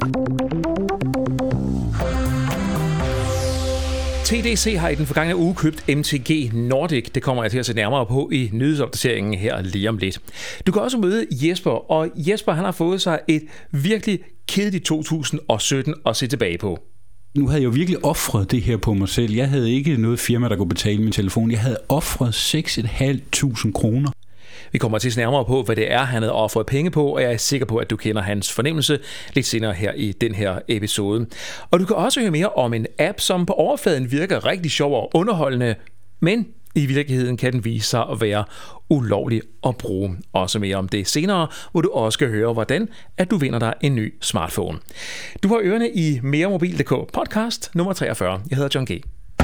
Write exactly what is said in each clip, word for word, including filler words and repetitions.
T D C har i den forgangne uge købt M T G Nordic. Det kommer jeg til at se nærmere på i nyhedsopdateringen her lige om lidt. Du kan også møde Jesper, og Jesper han har fået sig et virkelig kedeligt to tusind sytten at se tilbage på. Nu havde jeg jo virkelig offret det her på mig selv. Jeg havde ikke noget firma, der kunne betale min telefon. Jeg havde offret seks tusind fem hundrede kroner. Vi kommer til at se nærmere på, hvad det er, han havde offret penge på, og jeg er sikker på, at du kender hans fornemmelse lidt senere her i den her episode. Og du kan også høre mere om en app, som på overfladen virker rigtig sjov og underholdende, men i virkeligheden kan den vise sig at være ulovlig at bruge. Også mere om det senere, hvor du også skal høre, hvordan at du vinder dig en ny smartphone. Du har ørerne i meremobil punktum d k podcast nummer treogfyrre. Jeg hedder John G.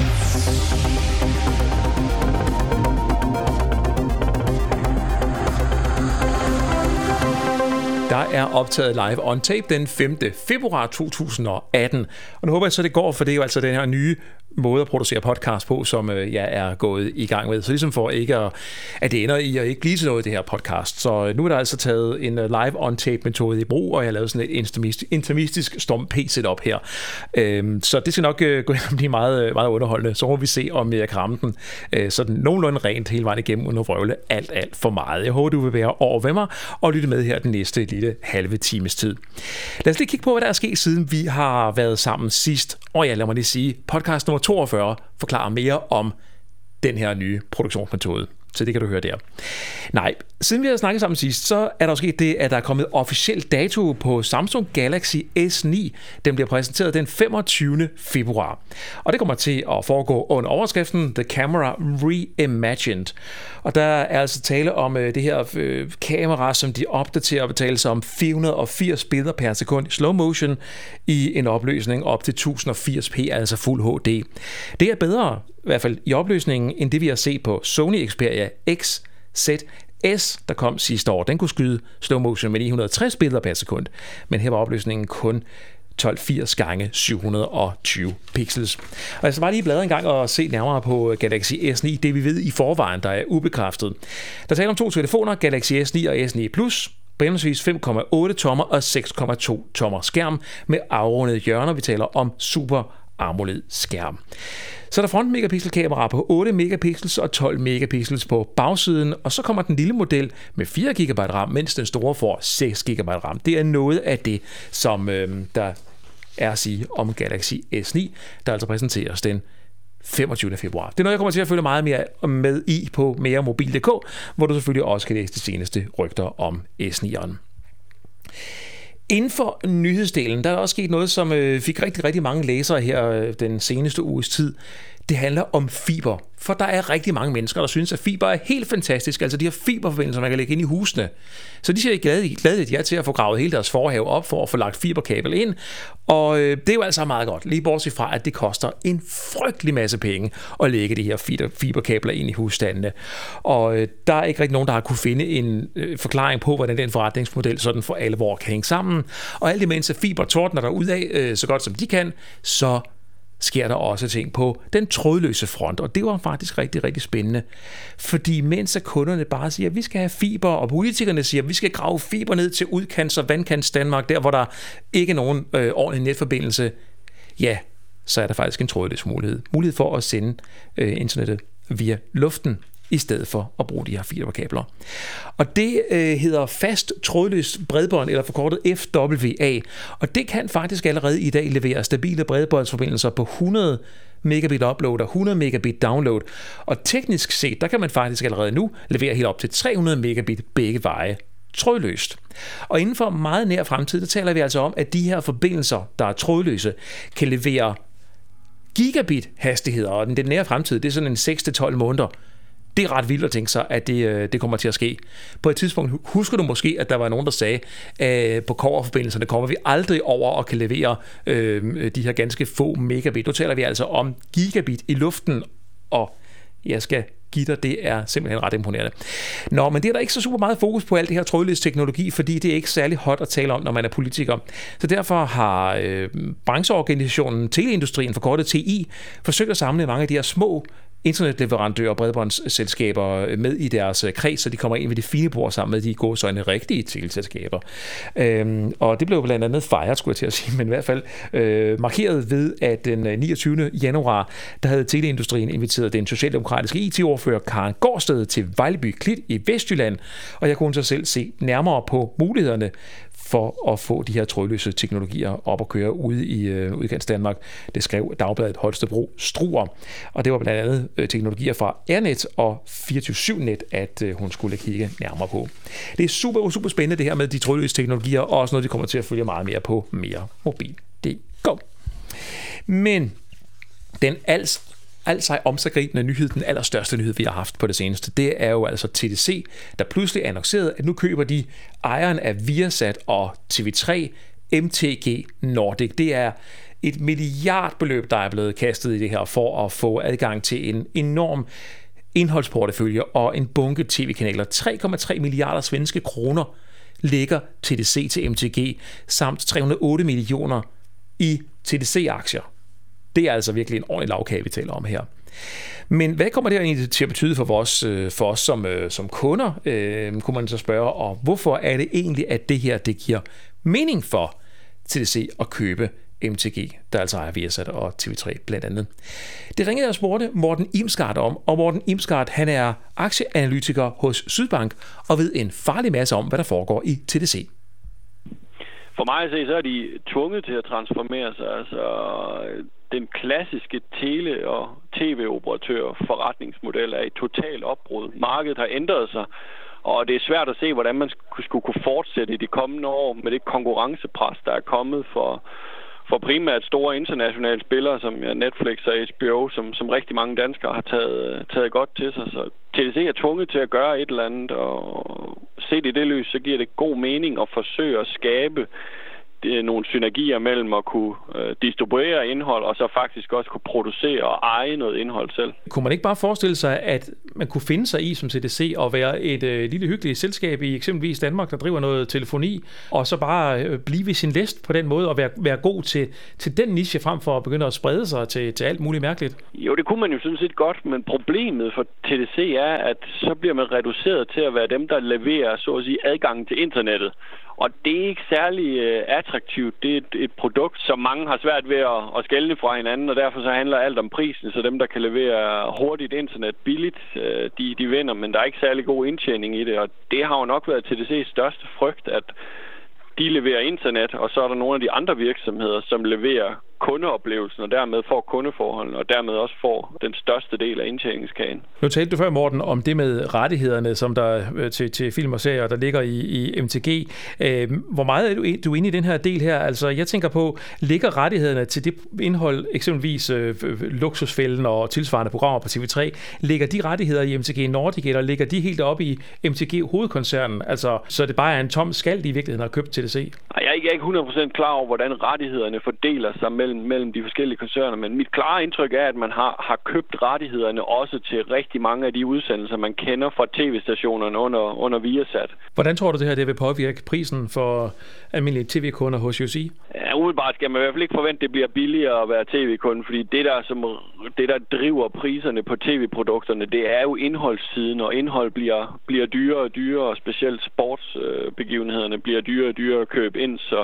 Der er optaget live on tape den femte februar to tusind atten. Og nu håber jeg så, det går, for det er jo altså den her nye måde at producere podcast på, som jeg er gået i gang med. Så ligesom for ikke at, at det ender i at ikke blive til noget, det her podcast. Så nu er der altså taget en live on tape metode i brug, og jeg har lavet sådan et intimistisk stum P-setup her. Så det skal nok gå hen og blive meget, meget underholdende. Så må vi se, om jeg kan ramme den sådan nogenlunde rent hele vejen igennem, uden at vrøvle alt, alt for meget. Jeg håber, du vil være over ved mig og lytte med her den næste lille halve times tid. Lad os lige kigge på, hvad der er sket, siden vi har været sammen sidst. Og ja, lad mig lige sige, podcast nummer toogfyrre forklarer mere om den her nye produktionsmetode. Så det kan du høre der. Nej, siden vi har snakket sammen sidst, så er der sket det, at der er kommet officiel dato på Samsung Galaxy S ni. Den bliver præsenteret den femogtyvende februar. Og det kommer til at foregå under overskriften The Camera Reimagined. Og der er altså tale om øh, det her øh, kamera, som de opdaterer og betaler sig om fire hundrede og firs billeder per sekund i slow motion i en opløsning op til tusind og firs p, altså fuld H D. Det er bedre, i hvert fald i opløsningen, end det vi har set på Sony Xperia X Z S, der kom sidste år. Den kunne skyde slow motion med ni hundrede og tres billeder per sekund, men her var opløsningen kun tolv firs gange syv hundrede og tyve pixels. Og jeg skal bare lige bladre en gang og se nærmere på Galaxy S ni, det vi ved i forvejen, der er ubekræftet. Der taler om to telefoner, Galaxy S ni og S ni Plus, på henholdsvis fem komma otte tommer og seks komma to tommer skærm med afrundede hjørner. Vi taler om Super AMOLED skærm. Så er der frontmegapixel-kamera på otte megapixels og tolv megapixels på bagsiden, og så kommer den lille model med fire gigabyte RAM, mens den store får seks gigabyte RAM. Det er noget af det, som øh, der er at sige om Galaxy S ni, der altså præsenteres den femogtyvende februar. Det er noget, jeg kommer til at følge meget mere med i på meremobil punktum d k, hvor du selvfølgelig også kan læse de seneste rygter om S ni'eren. Inden for nyhedsdelen, der er også sket noget, som øh, fik rigtig, rigtig mange læsere her øh, den seneste uges tid. Det handler om fiber. For der er rigtig mange mennesker, der synes, at fiber er helt fantastisk. Altså de her fiberforbindelser, man kan lægge ind i husene. Så de siger gladeligt ja til at få gravet hele deres forhave op for at få lagt fiberkabel ind. Og øh, det er jo altså meget godt. Lige bortset fra, at det koster en frygtelig masse penge at lægge de her fiberkabler ind i husstandene. Og øh, der er ikke rigtig nogen, der har kunne finde en øh, forklaring på, hvordan den forretningsmodel sådan for alvor kan hænge sammen. Og alt imens at fiber tordner der ud af, øh, så godt som de kan, så sker der også ting på den trådløse front, og det var faktisk rigtig, rigtig spændende. Fordi mens at kunderne bare siger, at vi skal have fiber, og politikerne siger, at vi skal grave fiber ned til udkants- og vandkants Danmark, der hvor der ikke er nogen øh, ordentlig netforbindelse, ja, så er der faktisk en trådløs mulighed. Mulighed for at sende øh, internettet via luften, i stedet for at bruge de her fiberkabler. Og det øh, hedder fast trådløst bredbånd, eller forkortet F W A, og det kan faktisk allerede i dag levere stabile bredbåndsforbindelser på hundrede megabit upload og hundrede megabit download, og teknisk set, der kan man faktisk allerede nu levere helt op til tre hundrede megabit begge veje trådløst. Og inden for meget nær fremtid, der taler vi altså om, at de her forbindelser, der er trådløse, kan levere gigabit hastigheder, og den nære fremtid, det er sådan en seks til tolv måneder. Det er ret vildt at tænke sig, at det, det kommer til at ske. På et tidspunkt husker du måske, at der var nogen, der sagde, at på kobberforbindelserne kommer vi aldrig over og kan levere øh, de her ganske få megabit. Nu taler vi altså om gigabit i luften, og jeg skal give dig, det er simpelthen ret imponerende. Nå, men det er der ikke så super meget fokus på alt det her trådløs teknologi, fordi det er ikke særlig hot at tale om, når man er politiker. Så derfor har øh, brancheorganisationen Teleindustrien, forkortet T I, forsøgt at samle mange af de her små internetleverandører og bredbåndsselskaber med i deres kreds, så de kommer ind ved det fine bord sammen med de gode søjne rigtige teleselskaber. Øhm, og det blev blandt andet fejret, skulle jeg til at sige, men i hvert fald øh, markeret ved, at den niogtyvende januar, der havde teleindustrien inviteret den socialdemokratiske I T-ordfører Karen Gårdsted til Vejleby Klit i Vestjylland, og jeg kunne så selv se nærmere på mulighederne for at få de her trådløse teknologier op at køre ude i øh, udkants Danmark. Det skrev Dagbladet Holstebro Struer. Og det var blandt andet øh, teknologier fra Airnet og fireogtyve syv net, at øh, hun skulle kigge nærmere på. Det er super, super spændende det her med de trådløse teknologier, og også noget, de kommer til at følge meget mere på mere mobil punktum d k. Men den altså Altså om sig gribende nyhed, den allerstørste nyhed, vi har haft på det seneste, det er jo altså T D C, der pludselig annoncerede, at nu køber de ejeren af Viasat og T V tre M T G Nordic. Det er et milliardbeløb, der er blevet kastet i det her for at få adgang til en enorm indholdsportefølje og en bunke tv-kanaler. tre komma tre milliarder svenske kroner ligger T D C til M T G, samt tre hundrede og otte millioner i T D C-aktier. Det er altså virkelig en ordentlig lavkage, vi taler om her. Men hvad kommer det egentlig til at betyde for os, for os som, som kunder, øh, kunne man så spørge, og hvorfor er det egentlig, at det her det giver mening for T D C at købe M T G, der altså ejer Viasat og T V tre blandt andet. Det ringede jeg og spurgte Morten Imsgaard om, og Morten Imsgaard, han er aktieanalytiker hos Sydbank og ved en farlig masse om, hvad der foregår i T D C. For mig at se, så er de tvunget til at transformere sig. Altså, den klassiske tele- og tv-operatør forretningsmodel er i total opbrud. Markedet har ændret sig, og det er svært at se, hvordan man skulle kunne fortsætte i de kommende år med det konkurrencepres, der er kommet for, for primært store internationale spillere, som Netflix og H B O, som, som rigtig mange danskere har taget, taget godt til sig. Så T D C er tvunget til at gøre et eller andet, og set i det lys, så giver det god mening at forsøge at skabe nogle synergier mellem at kunne øh, distribuere indhold, og så faktisk også kunne producere og eje noget indhold selv. Kunne man ikke bare forestille sig, at man kunne finde sig i som T D C og være et øh, lille hyggeligt selskab i eksempelvis Danmark, der driver noget telefoni, og så bare øh, blive ved sin læst på den måde og være, være god til, til den niche frem for at begynde at sprede sig til, til alt muligt mærkeligt? Jo, det kunne man jo sådan set godt, men problemet for T D C er, at så bliver man reduceret til at være dem, der leverer, så at sige, adgangen til internettet. Og det er ikke særlig øh, attraktivt. Det er et, et produkt, som mange har svært ved at, at skelne fra hinanden, og derfor så handler alt om prisen. Så dem, der kan levere hurtigt internet billigt, øh, de, de vinder, men der er ikke særlig god indtjening i det. Og det har jo nok været T D C's største frygt, at de leverer internet, og så er der nogle af de andre virksomheder, som leverer kundeoplevelsen, og dermed får kundeforholdene, og dermed også får den største del af indtjeningskagen. Nu talte du før, Morten, om det med rettighederne, som der til, til film og serier, der ligger i, i M T G. Øh, hvor meget er du, du er inde i den her del her? Altså, jeg tænker på, ligger rettighederne til det indhold, eksempelvis øh, Luksusfælden og tilsvarende programmer på T V tre, ligger de rettigheder i M T G Nordic, eller ligger de helt oppe i M T G hovedkoncernen? Altså, så det bare er en tom skal, de i virkeligheden har købt T D C? Jeg er ikke hundrede procent klar over, hvordan rettighederne fordeler sig mellem mellem de forskellige koncerner, men mit klare indtryk er, at man har, har købt rettighederne også til rigtig mange af de udsendelser, man kender fra tv-stationerne under, under Viasat. Hvordan tror du, det her det vil påvirke prisen for almindelige tv-kunder hos U C? Ja, umiddelbart skal man i hvert fald ikke forvente, at det bliver billigere at være tv-kunde, fordi det der, som, det, der driver priserne på tv-produkterne, det er jo indholdssiden, og indhold bliver, bliver dyrere og dyrere, og specielt sportsbegivenhederne øh, bliver dyrere og dyrere at købe ind, så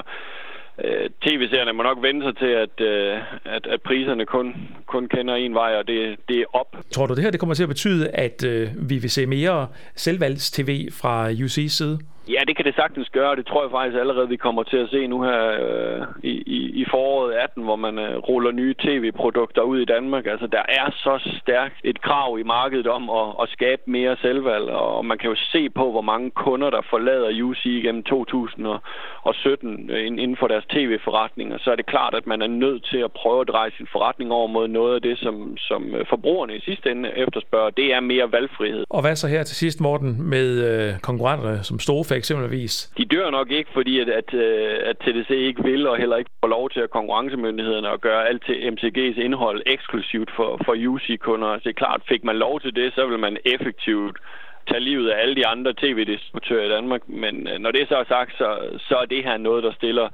tv-serierne må nok vende sig til, at, at, at priserne kun, kun kender en vej, og det, det er op. Tror du, det her det kommer til at betyde, at øh, vi vil se mere selvvalgs-tv fra U C's side? Ja, det kan det sagtens gøre, det tror jeg faktisk allerede, vi kommer til at se nu her øh, i, i, i foråret atten, hvor man øh, ruller nye tv-produkter ud i Danmark. Altså, der er så stærkt et krav i markedet om at, at skabe mere selvvalg, og man kan jo se på, hvor mange kunder, der forlader U C gennem to tusind og sytten øh, inden for deres tv-forretninger. Så er det klart, at man er nødt til at prøve at dreje sin forretning over mod noget af det, som, som forbrugerne i sidste ende efterspørger. Det er mere valgfrihed. Og hvad så her til sidst, Morten, med øh, konkurrenterne som Stofa eksempelvis? De dør nok ikke, fordi at, at, at T D C ikke vil, og heller ikke får lov til at konkurrencemyndighederne at gøre alt til M T G's indhold eksklusivt for, for U C-kunder. Altså, det er klart, fik man lov til det, så vil man effektivt tage livet af alle de andre tv-distributører i Danmark. Men når det så er sagt, så, så er det her noget, der stiller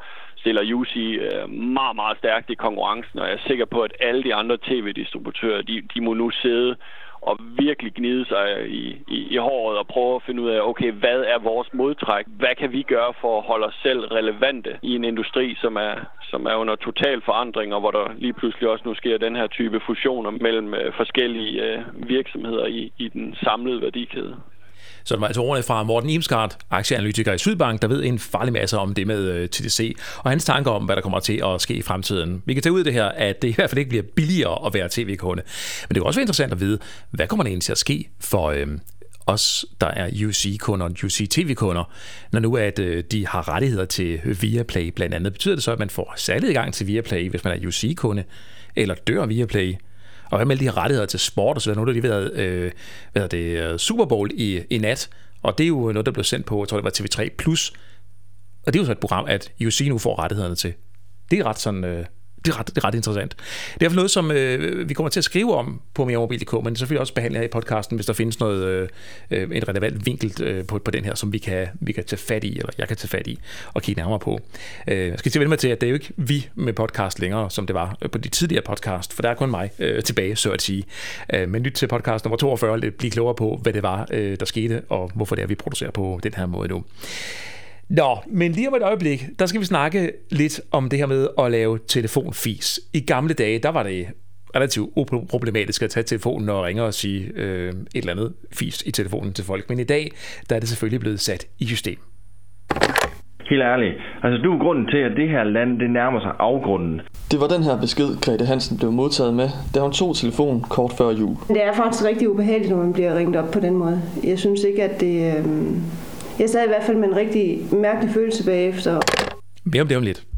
stiller U C øh, meget, meget stærkt i konkurrencen, og jeg er sikker på, at alle de andre tv-distributører, de, de må nu sidde og virkelig gnide sig i, i, i håret og prøve at finde ud af, okay, hvad er vores modtræk? Hvad kan vi gøre for at holde os selv relevante i en industri, som er, som er under total forandring, og hvor der lige pludselig også nu sker den her type fusioner mellem øh, forskellige øh, virksomheder i, i den samlede værdikæde. Så det var altså ordene fra Morten Imsgaard, aktieanalytiker i Sydbank, der ved en farlig masse om det med T D C, og hans tanker om, hvad der kommer til at ske i fremtiden. Vi kan tage ud af det her, at det i hvert fald ikke bliver billigere at være tv-kunde. Men det er også interessant at vide, hvad kommer det egentlig til at ske for øh, os, der er U C-kunder og U C-tv-kunder, når nu at øh, de har rettigheder til Viaplay blandt andet. Betyder det så, at man får særlig adgang til Viaplay, hvis man er U C-kunde, eller dør Viaplay? Og hvad med de her rettigheder til sport og så videre? Nu har der lige været, øh, hvad det, Super Bowl i, i nat, og det er jo noget, der blev sendt på, jeg tror det var T V tre plus, og det er jo så et program, at U C nu får rettighederne til. Det er ret sådan... Øh, Det er, ret, det er ret interessant. Det er i hvert fald noget, som øh, vi kommer til at skrive om på meremobil punktum d k, men selvfølgelig også behandle her i podcasten, hvis der findes noget, øh, en relevant vinkel øh, på, på den her, som vi kan, vi kan tage fat i, eller jeg kan tage fat i og kigge nærmere på. Øh, jeg skal til at vende mig til, at det er jo ikke vi med podcast længere, som det var på de tidligere podcast, for der er kun mig øh, tilbage, så at sige. Øh, men nyt til podcast nummer toogfyrre, lidt blive klogere på, hvad det var, øh, der skete, og hvorfor det er, vi producerer på den her måde nu. Nå, men lige om et øjeblik, der skal vi snakke lidt om det her med at lave telefonfis. I gamle dage, der var det relativt uproblematisk at tage telefonen og ringe og sige øh, et eller andet fis i telefonen til folk. Men i dag, der er det selvfølgelig blevet sat i system. Helt ærligt. Altså, du er grunden til, at det her land, det nærmer sig afgrunden. Det var den her besked, Grete Hansen blev modtaget med, da hun tog telefonen kort før jul. Det er faktisk rigtig ubehageligt, når man bliver ringet op på den måde. Jeg synes ikke, at det... Øh... Jeg sad i hvert fald med en rigtig mærkelig følelse bagefter. Mere om det om lidt.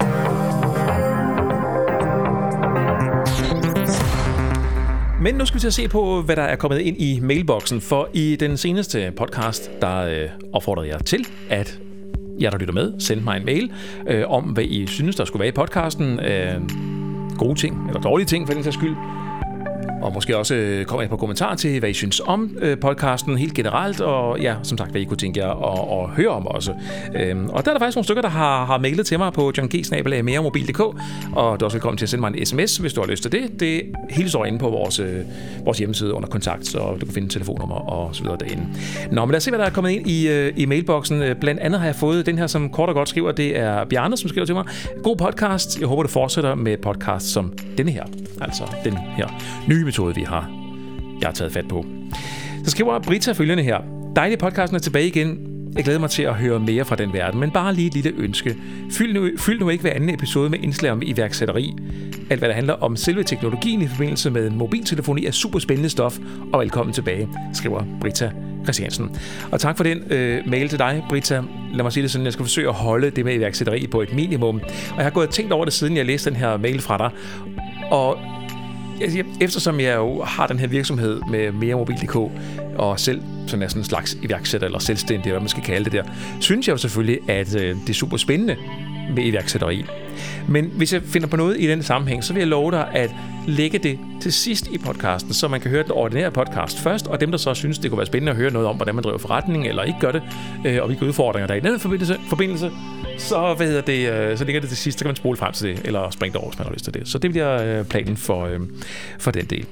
Men nu skal vi til at se på, hvad der er kommet ind i mailboksen, for i den seneste podcast, der øh, opfordrede jeg til, at jer, der lytter med, sendte mig en mail øh, om, hvad I synes, der skulle være i podcasten. Øh, gode ting, eller dårlige ting for den sags skyld. Og måske også komme et par kommentarer til, hvad I synes om øh, podcasten helt generelt, og ja, som sagt, hvad I kunne tænke jer at, at høre om også. Øhm, og der er der faktisk nogle stykker, der har, har mailet til mig på john g bindestreg meremobil punktum d k, og du er også velkommen til at sende mig en sms, hvis du har lyst til det. Det hele står inde på vores, øh, vores hjemmeside under kontakt, så du kan finde telefonnummer og så videre derinde. Nå, men lad os se, hvad der er kommet ind i, øh, i mailboksen. Blandt andet har jeg fået den her, som kort og godt skriver, det er Bjarne, som skriver til mig. God podcast. Jeg håber, du fortsætter med podcast som denne her. Altså den her nye metode, vi har, jeg har taget fat på. Så skriver Britta følgende her. Dejlig, podcasten er tilbage igen. Jeg glæder mig til at høre mere fra den verden, men bare lige et lille ønske. Fyld nu, fyld nu ikke hver anden episode med indslag om iværksætteri. Alt, hvad der handler om selve teknologien i forbindelse med mobiltelefoni, er super spændende stof, og velkommen tilbage, skriver Britta Christiansen. Og tak for den øh, mail til dig, Britta. Lad mig sige det sådan, jeg skal forsøge at holde det med iværksætteri på et minimum. Og jeg har gået og tænkt over det, siden jeg læste den her mail fra dig. Og eftersom jeg jo har den her virksomhed med meremobil punktum d k og selv sådan er sådan en slags iværksætter eller selvstændig, hvad man skal kalde det der, synes jeg jo selvfølgelig, at øh, det er super spændende med iværksætteri. Men hvis jeg finder på noget i den sammenhæng, så vil jeg love dig at lægge det til sidst i podcasten, så man kan høre den ordinære podcast først, og dem, der så synes, det kunne være spændende at høre noget om, hvordan man driver forretning eller ikke gør det, øh, og hvilke udfordringer der er i den forbindelse, forbindelse så, hvad hedder det, øh, så ligger det til sidst, så kan man spole frem til det, eller springe det over, hvis man har lyst til det. Så det bliver øh, planen for, øh, for den del.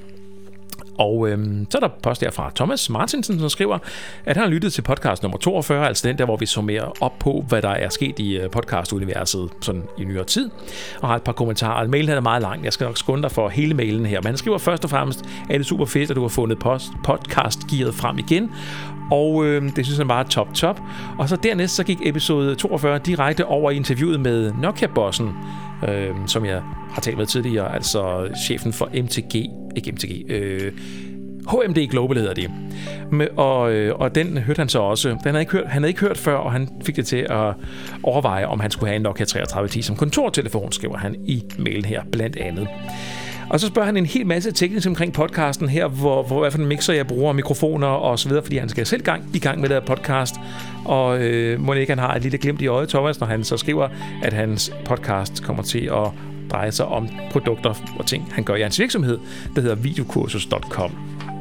Og øhm, så er der post der fra Thomas Martinsen, som skriver, at han har lyttet til podcast nummer toogfyrre, altså den der, hvor vi summerer op på, hvad der er sket i podcast-universet sådan i nyere tid, og har et par kommentarer. Mailen er meget lang, jeg skal nok skunde dig for hele mailen her, men han skriver først og fremmest, at det er super fedt, at du har fundet podcast-gearet frem igen, og øh, det synes han bare er top top. Og så dernæst så gik episode toogfyrre direkte over i interviewet med Nokia-bossen, øh, som jeg har talt med tidligere, altså chefen for M T G, ikke M T G, øh, H M D Global hedder det. Med, og, øh, og den hørte han så også. Den havde ikke hørt, han havde ikke hørt før, og han fik det til at overveje, om han skulle have en Nokia treogtredive ti som kontortelefon, skriver han i mailen her, blandt andet. Og så spørger han en hel masse teknisk omkring podcasten her, hvor, hvor hvad for en mixer jeg bruger, mikrofoner og så videre, fordi han skal selv gang, i gang med det podcast. Og øh, må ikke han har et lille glimt i øjet, Thomas, når han så skriver, at hans podcast kommer til at dreje sig om produkter og ting, han gør i hans virksomhed, der hedder videokursus punktum com.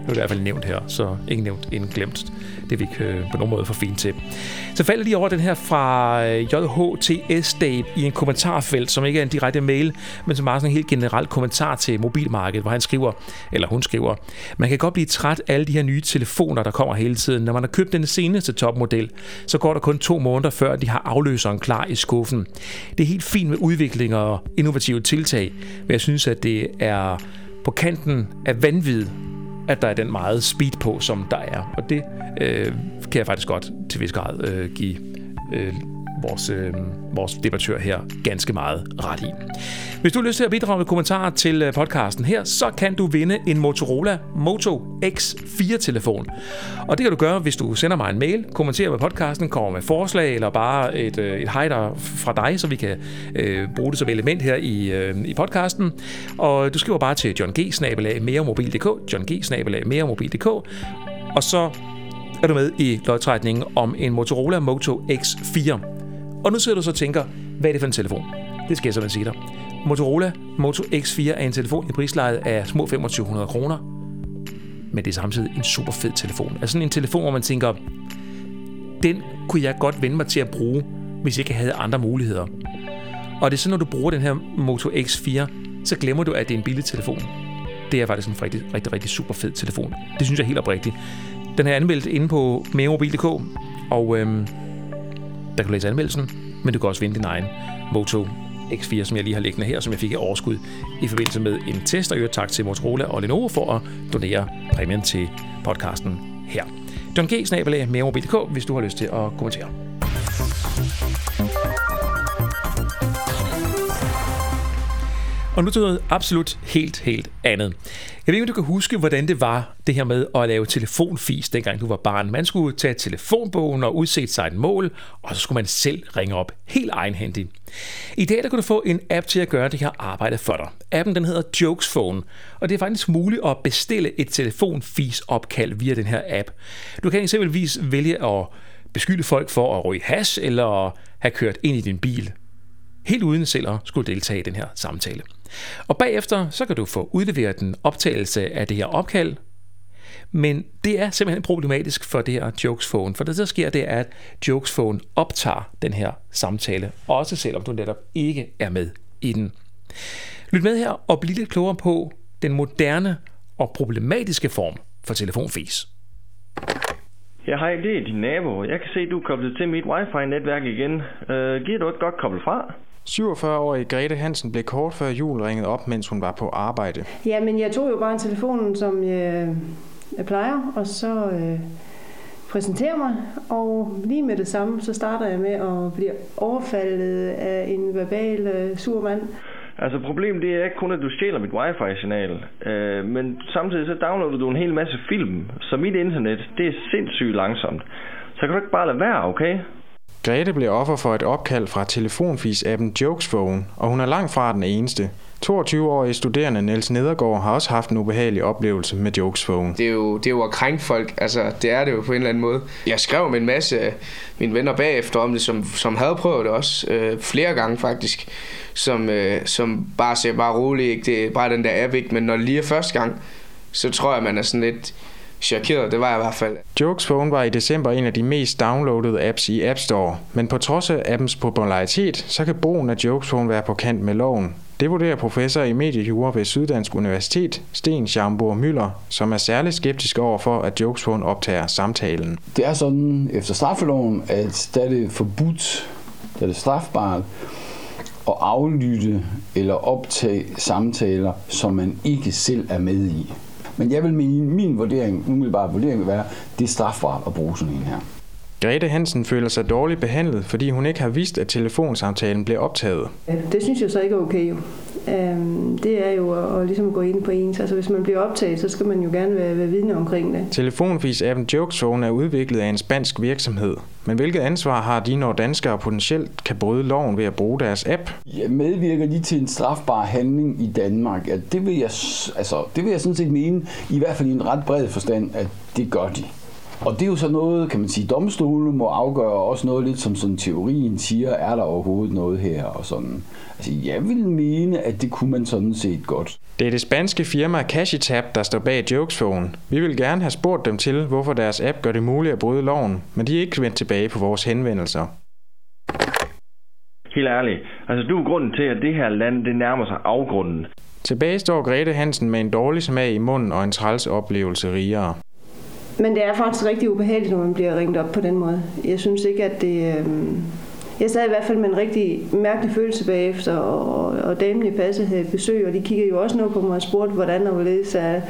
det er i hvert fald nævnt her, så ikke nævnt inden glemt. Det er vi ikke øh, på nogen måde for fint til. Så falder lige over den her fra J H T S Dave i en kommentarfelt, som ikke er en direkte mail, men som bare sådan en helt generelt kommentar til mobilmarkedet, hvor han skriver, eller hun skriver, man kan godt blive træt af alle de her nye telefoner, der kommer hele tiden. Når man har købt den seneste topmodel, så går der kun to måneder før, de har afløseren klar i skuffen. Det er helt fint med udvikling og innovative tiltag, men jeg synes, at det er på kanten af vanvid, at der er den meget speed på, som der er. Og det øh, kan jeg faktisk godt til vis grad øh, give øh, vores, øh, vores debattør her ganske meget ret i. Hvis du har lyst til at bidrage med kommentarer til podcasten her, så kan du vinde en Motorola Moto X fire telefon. Og det kan du gøre, hvis du sender mig en mail, kommenterer med podcasten, kommer med forslag, eller bare et, et hej der fra dig, så vi kan øh, bruge det som element her i, øh, i podcasten. Og du skriver bare til john g bindestreg meremobil punktum d k, john g bindestreg meremobil punktum d k, og så er du med i lodtrækningen om en Motorola Moto X fire. Og nu sidder du så og tænker, hvad er det for en telefon? Det skal jeg simpelthen sige dig. Motorola Moto X fire er en telefon i prislejet af små to tusind fem hundrede kroner. Men det er samtidig en super fed telefon. Altså sådan en telefon, hvor man tænker, den kunne jeg godt vende mig til at bruge, hvis jeg ikke havde andre muligheder. Og det er sådan, når du bruger den her Moto X fire, så glemmer du, at det er en billig telefon. Det er faktisk en rigtig, rigtig, rigtig super fed telefon. Det synes jeg er helt oprigtigt. Den er anmeldt inde på meremobil punktum d k, og øhm, der kan du læse anmeldelsen, men du kan også vinde din egen Moto X fire, som jeg lige har liggende her, som jeg fik i overskud i forbindelse med en test, og øvrigt tak til Motorola og Lenovo for at donere præmien til podcasten her. john g bindestreg meremobil punktum d k, hvis du har lyst til at kommentere. Og nu til noget absolut helt, helt andet. Jeg ved ikke, om du kan huske, hvordan det var, det her med at lave telefonfis, dengang du var barn. Man skulle tage telefonbogen og udsætte sig et mål, og så skulle man selv ringe op helt egenhændigt. I dag der kan du få en app til at gøre det her arbejde for dig. Appen den hedder Jokesphone, og det er faktisk muligt at bestille et telefonfis-opkald via den her app. Du kan eksempelvis vælge at beskylde folk for at ryge hash eller have kørt ind i din bil, helt uden selv at skulle deltage i den her samtale. Og bagefter så kan du få udleveret en optagelse af det her opkald, men det er simpelthen problematisk for det her Jokesphone, for det der sker, det er, at Jokesphone optager den her samtale, også selvom du netop ikke er med i den. Lyt med her og bliv lidt klogere på den moderne og problematiske form for telefonfis. Ja, hej, det er din nabo. Jeg kan se, du er koblet til mit wifi-netværk igen. Uh, giver du et godt koblet fra? syvogfyrre-årige Grete Hansen blev kort før jul ringet op, mens hun var på arbejde. Jamen, jeg tog jo bare en telefon, som jeg, jeg plejer, og så øh, præsenterer mig. Og lige med det samme, så starter jeg med at blive overfaldet af en verbal øh, sur mand. Altså problemet det er ikke kun, at du stjæler mit wifi-signal, øh, men samtidig så downloader du en hel masse film, så mit internet, det er sindssygt langsomt. Så kan du ikke bare lade være, okay? Grete blev offer for et opkald fra telefonfis-appen Jokesphone, og hun er langt fra den eneste. toogtyve-årige studerende Niels Nedergaard har også haft en ubehagelig oplevelse med Jokesphone. Det er jo, det er jo at krænke folk, altså det er det jo på en eller anden måde. Jeg skrev med en masse af mine venner bagefter om det, som, som havde prøvet det også, øh, flere gange faktisk, som, øh, som bare siger, bare roligt, ikke? Det er bare den der app, ikke? Men når det lige er første gang, så tror jeg, man er sådan lidt chokeret, det var jeg i hvert fald. Jokesphone var i december en af de mest downloadede apps i App Store, men på trods af appens popularitet, så kan brugen af Jokesphone være på kant med loven. Det vurderer professor i mediejura ved Syddansk Universitet, Sten Schamburg Müller, som er særligt skeptisk over for, at Jokesphone optager samtalen. Det er sådan efter straffeloven, at der er det forbudt, der er det strafbart at aflytte eller optage samtaler, som man ikke selv er med i. Men jeg vil mene, min vurdering, umiddelbare vurdering vil være, det er strafbart at bruge sådan en her. Grete Hansen føler sig dårligt behandlet, fordi hun ikke har vidst, at telefonsamtalen blev optaget. Det synes jeg så ikke er okay jo. Det er jo at, at ligesom gå ind på ens. Altså hvis man bliver optaget, så skal man jo gerne være, være vidne omkring det. Telefonfis-appen Jokesphone er udviklet af en spansk virksomhed. Men hvilket ansvar har de, når danskere potentielt kan bryde loven ved at bruge deres app? Ja, medvirker de til en strafbar handling i Danmark? Ja, det vil jeg, altså, det vil jeg sådan set mene, i hvert fald i en ret bred forstand, at det gør de. Og det er jo så noget, kan man sige, domstolene må afgøre, også noget lidt som sådan teorien siger, er der overhovedet noget her og sådan. Altså jeg vil mene, at det kunne man sådan set godt. Det er det spanske firma Cashitab, der står bag Jokesphone. Vi vil gerne have spurgt dem til, hvorfor deres app gør det muligt at bryde loven, men de er ikke vendt tilbage på vores henvendelser. Helt ærligt. Altså du er grunden til, at det her land, det nærmer sig afgrunden. Tilbage står Grete Hansen med en dårlig smag i munden og en træls oplevelse rigere. Men det er faktisk rigtig ubehageligt, når man bliver ringet op på den måde. Jeg synes ikke, at det... Øh... Jeg sad i hvert fald med en rigtig mærkelig følelse bagefter, og, og damen i passet havde besøg, og de kiggede jo også noget på mig og spurgte, hvordan og hvorledes at,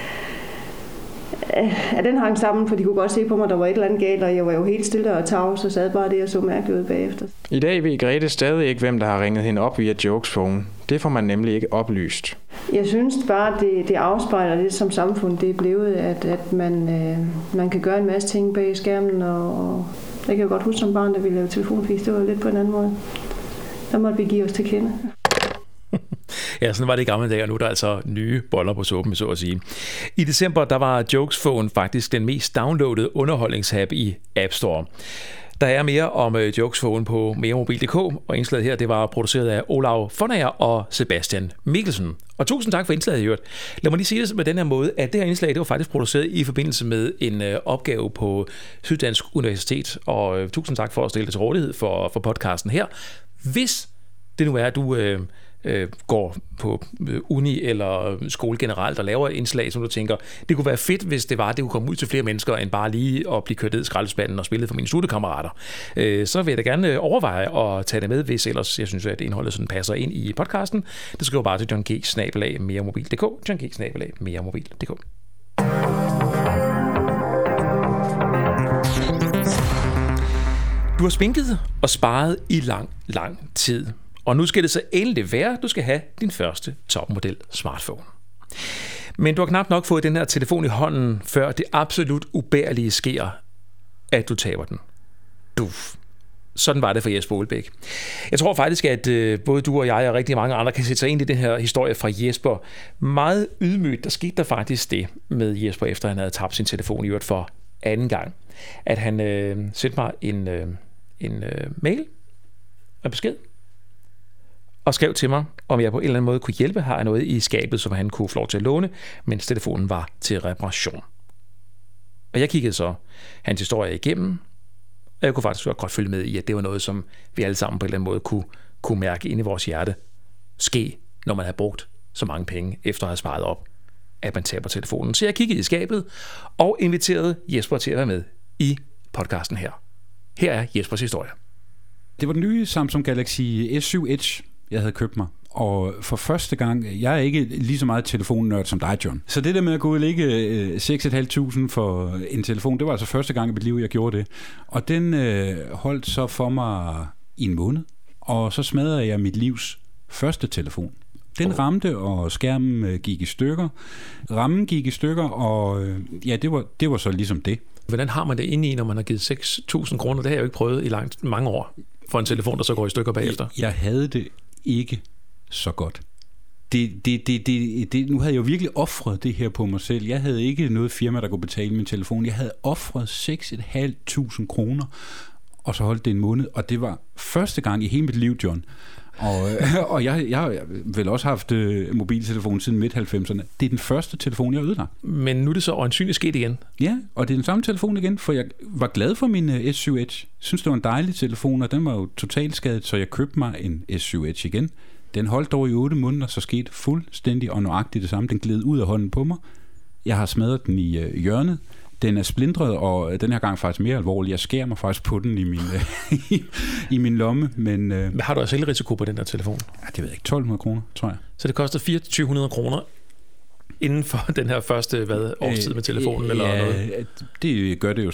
at den hang sammen, for de kunne godt se på mig, at der var et eller andet galt, og jeg var jo helt stille og tavs, og sad bare det og så mærkeligt ud bagefter. I dag ved Grete stadig ikke, hvem der har ringet hende op via Jokesphone. Det får man nemlig ikke oplyst. Jeg synes bare, det, det afspejler det som samfund, det er blevet, at, at man, øh, man kan gøre en masse ting bag skærmen, og, og jeg kan jo godt huske som barn, da vi lavede telefonfis, det var lidt på en anden måde. Der måtte vi give os til kende. Ja, sådan var det i gamle dage, og nu er der altså nye boller på suppen, så at sige. I december, der var Jokesphone faktisk den mest downloadede underholdningsapp i App Store. Der er mere om Jokesphone på meremobil punktum d k, og indslaget her, det var produceret af Olav Fonager og Sebastian Mikkelsen. Og tusind tak for indslaget, Jørgen. Lad mig lige sige det med den her måde, at det her indslag, det var faktisk produceret i forbindelse med en øh, opgave på Syddansk Universitet, og øh, tusind tak for at stille det til rådighed for, for podcasten her. Hvis det nu er, at du øh, øh, går på uni eller skole generelt og laver et indslag, som du tænker, det kunne være fedt, hvis det var, at det kunne komme ud til flere mennesker, end bare lige at blive kørt ned i skraldespanden og spillet for mine studiekammerater. Øh, så vil jeg da gerne overveje at tage det med, hvis ellers jeg synes, at indholdet sådan passer ind i podcasten. Det skriver bare til john g snabel-a meremobil punktum d k, john g snabel-a meremobil punktum d k. Du har spinket og sparet i lang, lang tid. Og nu skal det så endelig være, at du skal have din første topmodel smartphone. Men du har knap nok fået den her telefon i hånden, før det absolut ubærlige sker, at du taber den. Duf. Sådan var det for Jesper Olbæk. Jeg tror faktisk, at øh, både du og jeg og rigtig mange andre kan sætte sig ind i den her historie fra Jesper. Meget ydmygt, der skete der faktisk det med Jesper, efter han havde tabt sin telefon i øvrigt for anden gang. At han øh, sendte mig en, øh, en øh, mail, en besked, og skrev til mig, om jeg på en eller anden måde kunne hjælpe. Har jeg noget i skabet, som han kunne få lov til at låne, mens telefonen var til reparation. Og jeg kiggede så hans historie igennem, og jeg kunne faktisk godt følge med i, at det var noget, som vi alle sammen på en eller anden måde kunne, kunne mærke inde i vores hjerte ske, når man har brugt så mange penge, efter at have sparet op, at man taber telefonen. Så jeg kiggede i skabet og inviterede Jesper til at være med i podcasten her. Her er Jespers historie. Det var den nye Samsung Galaxy S syv Edge, jeg havde købt mig. Og for første gang, jeg er ikke lige så meget telefonnørd som dig, John. Så det der med at gå ud og lægge seks tusind fem hundrede for en telefon, det var altså første gang i mit liv, jeg gjorde det. Og den øh, holdt så for mig i en måned. Og så smadrede jeg mit livs første telefon. Den ramte, og skærmen gik i stykker. Rammen gik i stykker, og ja, det var, det var så ligesom det. Hvordan har man det inde i, når man har givet seks tusind kroner? Det har jeg jo ikke prøvet i langt, mange år for en telefon, der så går i stykker bagefter. Jeg, jeg havde det ikke så godt. Det, det, det, det, det, nu havde jeg jo virkelig offret det her på mig selv. Jeg havde ikke noget firma, der kunne betale min telefon. Jeg havde offret seks tusind fem hundrede kroner, og så holdt det en måned. Og det var første gang i hele mit liv, John. Og, og jeg, jeg har vel også haft uh, mobiltelefon siden midt halvfemserne. Det er den første telefon, jeg ødelagde. Men nu er det så øjensynligt sket igen. Ja, og det er den samme telefon igen, for jeg var glad for min uh, S syv Edge. Synes det var en dejlig telefon, og den var jo totalt skadet, så jeg købte mig en S syv Edge igen. Den holdt dog i otte måneder, så skete fuldstændig og nøjagtigt det samme. Den gled ud af hånden på mig. Jeg har smadret den i uh, hjørnet. Den er splintret, og den her gang faktisk mere alvorlig. Jeg skærer mig faktisk på den i min, i, i min lomme. Men, øh, men har du også selvrisiko på den der telefon? Ja, det ved jeg ikke. tolv hundrede kroner, tror jeg. Så det koster to tusind fire hundrede kroner inden for den her første hvad, årstid med telefonen? Øh, eller ja, noget? det gør det jo så.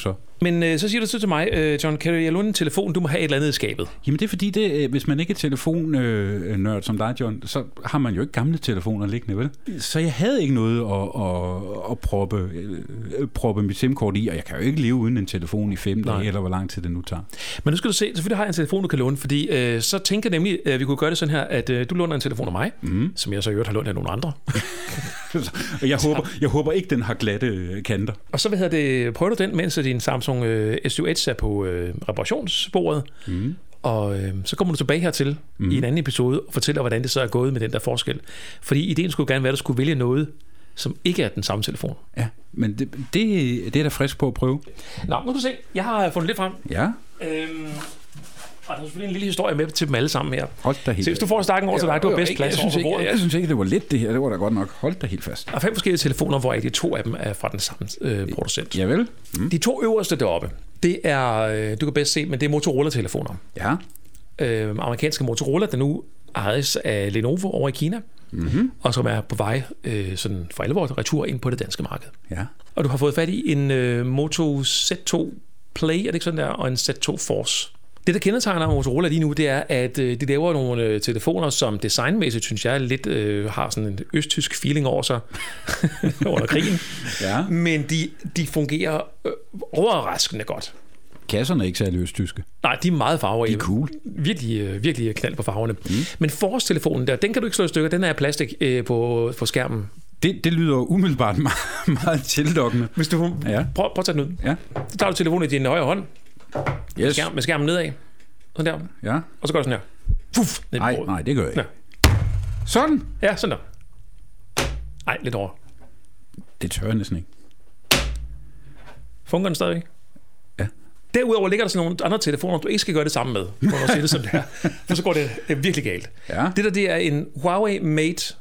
Men øh, så siger du så til mig, øh, John, kan jeg låne en telefon? Du må have et eller andet i skabet. Jamen det er fordi, det, hvis man ikke er telefonnørd som dig, John, så har man jo ikke gamle telefoner liggende, vel? Så jeg havde ikke noget at, at, at proppe, øh, proppe mit SIM-kort i, og jeg kan jo ikke leve uden en telefon i fem dage, eller hvor lang tid det nu tager. Men nu skal du se, selvfølgelig har jeg en telefon, du kan låne, fordi øh, så tænker jeg nemlig, at vi kunne gøre det sådan her, at øh, du låner en telefon af mig, mm. som jeg så i øvrigt har lånt af nogle andre. jeg, håber, jeg håber ikke, den har glatte kanter. Og så hvad hedder det, prøver du den, mens din Samsung øh, S syv Edge er på øh, reparationsbordet, mm. og øh, så kommer du tilbage hertil mm. i en anden episode og fortæller, hvordan det så er gået med den der forskel. Fordi ideen skulle gerne være, at du skulle vælge noget, som ikke er den samme telefon. Ja, men det, det, det er da frisk på at prøve. Nå, nu skal du se. Jeg har fundet lidt frem. Ja. Øhm, og der er selvfølgelig en lille historie med til dem alle sammen her. Hold da helt. Så hvis du får stakken over til dig, du har bedst plads over på bordet. Jeg, jeg synes ikke, det var lidt det her. Det var da godt nok. Hold da helt fast. Der er fem forskellige telefoner, hvor de to af dem er fra den samme øh, producent. Javel. Mm. De to øverste deroppe, det er, øh, du kan bedst se, men det er Motorola-telefoner. Ja. Øh, amerikanske Motorola, der nu ejes af Lenovo over i Kina. Mm-hmm. Og som er på vej øh, sådan for alvor retur ind på det danske marked. Ja. Og du har fået fat i en øh, Moto Z to Play, er det ikke sådan der, og en Z to Force. Det, der kendetegner Motorola lige nu, det er, at øh, de laver nogle øh, telefoner, som designmæssigt, synes jeg, lidt øh, har sådan en østtysk feeling over sig under krigen. Ja. Men de, de fungerer øh, overraskende godt. Kasserne er ikke særlig østtyske. Nej, de er meget farverige. De er cool. Virkelig, virkelig knald på farverne. Mm. Men Force-telefonen der, den kan du ikke slå i stykker. Den er af plastik øh, på, på skærmen. Det, det lyder umiddelbart meget, meget tillokkende. Hvis du ja. prøv, prøv at tage den ud. Ja. Så tager du telefonen i din højre hånd. Yes. Med, skærm, med skærmen nedad. Sådan der. Ja. Og så går det sådan her. Puff, nej, nej, det gør jeg ikke. Ja. Sådan. Ja, sådan der. Nej, lidt over. Det tør jeg næsten ikke. Fungerer den stadigvæk? Ja. Derudover ligger der sådan nogle andre telefoner, du ikke skal gøre det samme med, for at sige det som det er. For så går det virkelig galt. Ja. Det der, det er en Huawei Mate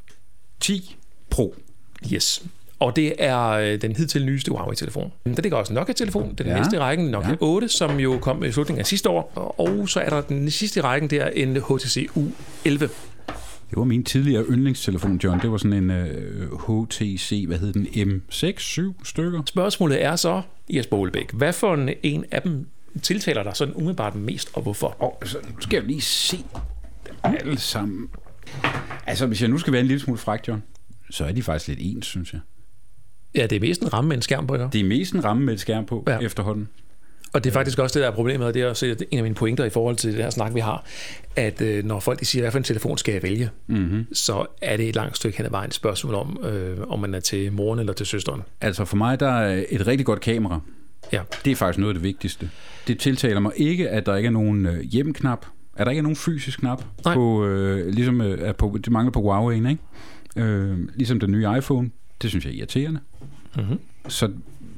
ti Pro. Yes. Og det er den hidtil nyeste Huawei-telefon. Der ligger også en Nokia-telefon, det er den ja. næste i rækken, Nokia ja. otte, som jo kom i slutningen af sidste år. Og så er der den sidste i rækken, det er en H T C U elleve. Det var min tidligere yndlingstelefon, John. Det var sådan en uh, H T C, hvad hed den, M seks syv stykker. Spørgsmålet er så, Jesper Olbæk, hvad for en, en af dem tiltaler dig sådan umiddelbart mest, og hvorfor? Oh, så nu skal jeg lige se alle sammen. Altså, hvis jeg nu skal være en lille smule fræk, John, så er de faktisk lidt ens, synes jeg. Ja, det er mest en ramme med en skærm på, ikke? Det er mest en ramme med et skærm på ja. efterhånden. Og det er faktisk også det, der er problemet, og det er også en af mine pointer i forhold til det her snak, vi har, at øh, når folk de siger, hvad for en telefon skal jeg vælge, mm-hmm. så er det et langt stykke hen ad vejen et spørgsmål om, øh, om man er til moren eller til søsteren. Altså for mig, der er et rigtig godt kamera. Ja. Det er faktisk noget af det vigtigste. Det tiltaler mig ikke, at der ikke er nogen øh, hjemknap, at der ikke er nogen fysisk knap, på, øh, ligesom øh, på, det mangler på Huawei, ikke? Øh, ligesom den nye iPhone. Det synes jeg er irriterende. Mm-hmm. Så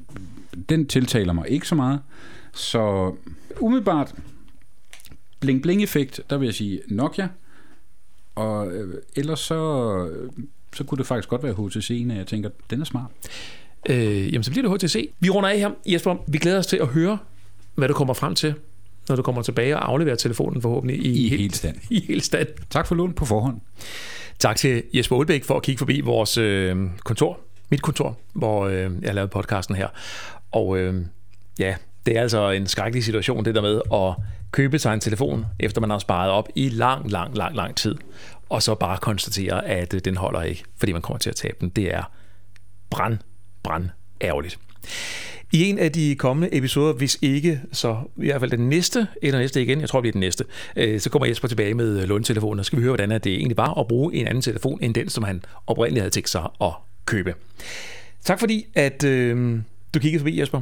den tiltaler mig ikke så meget. Så umiddelbart bling-bling-effekt, der vil jeg sige Nokia. Og øh, ellers så, øh, så kunne det faktisk godt være H T C'en, jeg tænker, den er smart. Øh, jamen, så bliver det H T C. Vi runder af her. Jesper, vi glæder os til at høre, hvad du kommer frem til, når du kommer tilbage og afleverer telefonen forhåbentlig i, I helt stand. I helt stand. Tak for lån på forhånd. Tak til Jesper Olbæk for at kigge forbi vores øh, kontor, mit kontor, hvor øh, jeg har lavet podcasten her. Og øh, ja, det er altså en skrækkelig situation, det der med at købe sig en telefon, efter man har sparet op i lang, lang, lang, lang tid, og så bare konstatere, at øh, den holder ikke, fordi man kommer til at tabe den. Det er brand, brand ærgerligt. I en af de kommende episoder, hvis ikke, så i hvert fald den næste, eller næste igen, jeg tror det bliver den næste, øh, så kommer Jesper tilbage med låntelefonen, og så skal vi høre, hvordan det egentlig var at bruge en anden telefon, end den, som han oprindeligt havde tænkt sig at købe. Tak fordi, at øh, du kiggede forbi, Jesper.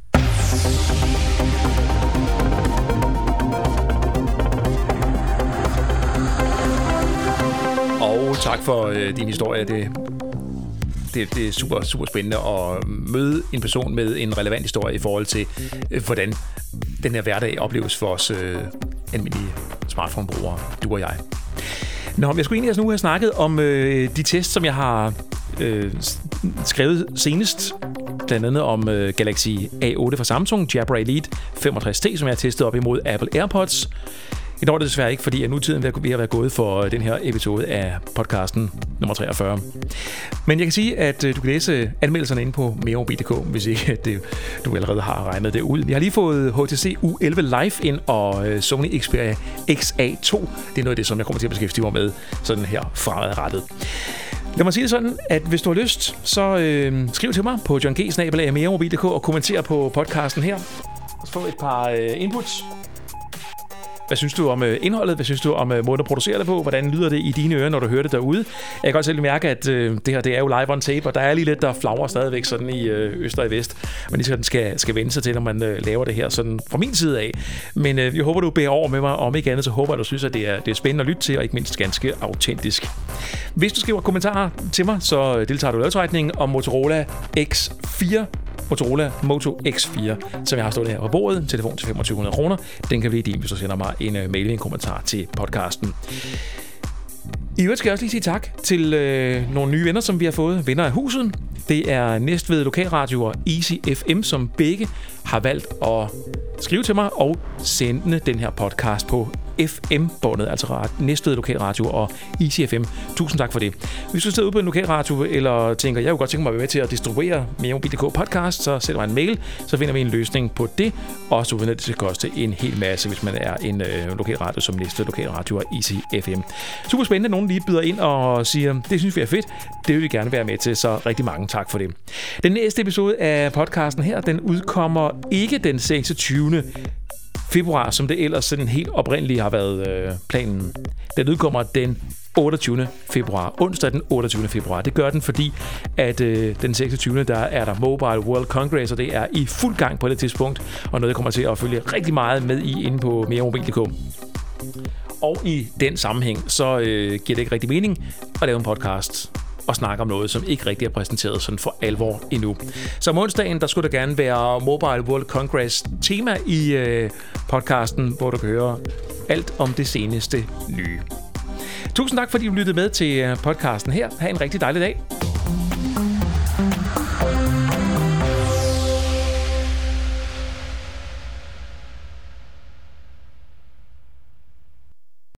Og tak for øh, din historie. Det Det, det er super, super spændende at møde en person med en relevant historie i forhold til, øh, hvordan den her hverdag opleves for os øh, almindelige smartphone-brugere, du og jeg. Nå, jeg skulle egentlig nu have snakket om øh, de tests, som jeg har øh, skrevet senest. Blandt andet om øh, Galaxy A otte fra Samsung, Jabra Elite femogtres T, som jeg har testet op imod Apple AirPods. Vi når det desværre ikke, fordi nu er tiden ved at være gået for den her episode af podcasten nummer treogfyrre. Men jeg kan sige, at du kan læse anmeldelserne inde på meremobil punktum d k, hvis ikke det, du allerede har regnet det ud. Jeg har lige fået H T C U elleve Live ind og Sony Xperia X A to. Det er noget af det, som jeg kommer til at beskæftige mig med sådan her fremadrettet. Lad mig sige det sådan, at hvis du har lyst, så øh, skriv til mig på john g bindestreg meremobil punktum d k og kommenter på podcasten her. Og få et par øh, inputs. Hvad synes du om øh, indholdet? Hvad synes du om øh, måden at producere det på? Hvordan lyder det i dine ører, når du hører det derude? Jeg kan godt selv mærke, at øh, det her det er jo live on tape, og der er lige lidt, der flagrer stadigvæk sådan i øh, øst og i vest. Men lige sådan skal, skal vende sig til, når man øh, laver det her sådan fra min side af. Men øh, jeg håber, du bærer over med mig. Om ikke andet, så håber jeg, du synes, at det er, det er spændende at lytte til, og ikke mindst ganske autentisk. Hvis du skriver kommentarer til mig, så deltager du i lodtrækningen om Motorola X fire. Motorola Moto X fire, som jeg har stået her på bordet. Telefon til femogtyve hundrede kroner. Den kan vi i din, hvis du sender mig en uh, mail, en kommentar til podcasten. I øvrigt skal jeg også lige sige tak til øh, nogle nye venner, som vi har fået. Venner af huset. Det er Næstved Lokalradio og Easy F M, som begge har valgt at skrive til mig og sende den her podcast på F M-båndet, altså Næstved Lokalradio og Easy F M. Tusind tak for det. Hvis du sidder ude på en lokalradio, eller tænker, jeg kunne godt tænke mig at være med til at distribuere meremobil punktum d k podcast, så send mig en mail, så finder vi en løsning på det. Og så vil det skal koste en hel masse, hvis man er en øh, lokalradio som Næstved Lokalradio og Easy F M. Super spændende, nogen lige byder ind og siger, det synes vi er fedt, det vil vi gerne være med til, så rigtig mange tak for det. Den næste episode af podcasten her, den udkommer ikke den seksogtyvende februar, som det ellers sådan helt oprindeligt har været øh, planen. Den udkommer den otteogtyvende februar. Onsdag den otteogtyvende februar. Det gør den, fordi at øh, den seksogtyvende der er der Mobile World Congress, og det er i fuld gang på det tidspunkt, og noget, jeg kommer til at følge rigtig meget med i inde på meremobil punktum d k. Og i den sammenhæng, så øh, giver det ikke rigtig mening at lave en podcast og snakke om noget, som ikke rigtig er præsenteret sådan for alvor endnu. Så om onsdagen, der skulle der gerne være Mobile World Congress tema i øh, podcasten, hvor du kan høre alt om det seneste nye. Tusind tak, fordi du lyttede med til podcasten her. Ha' en rigtig dejlig dag.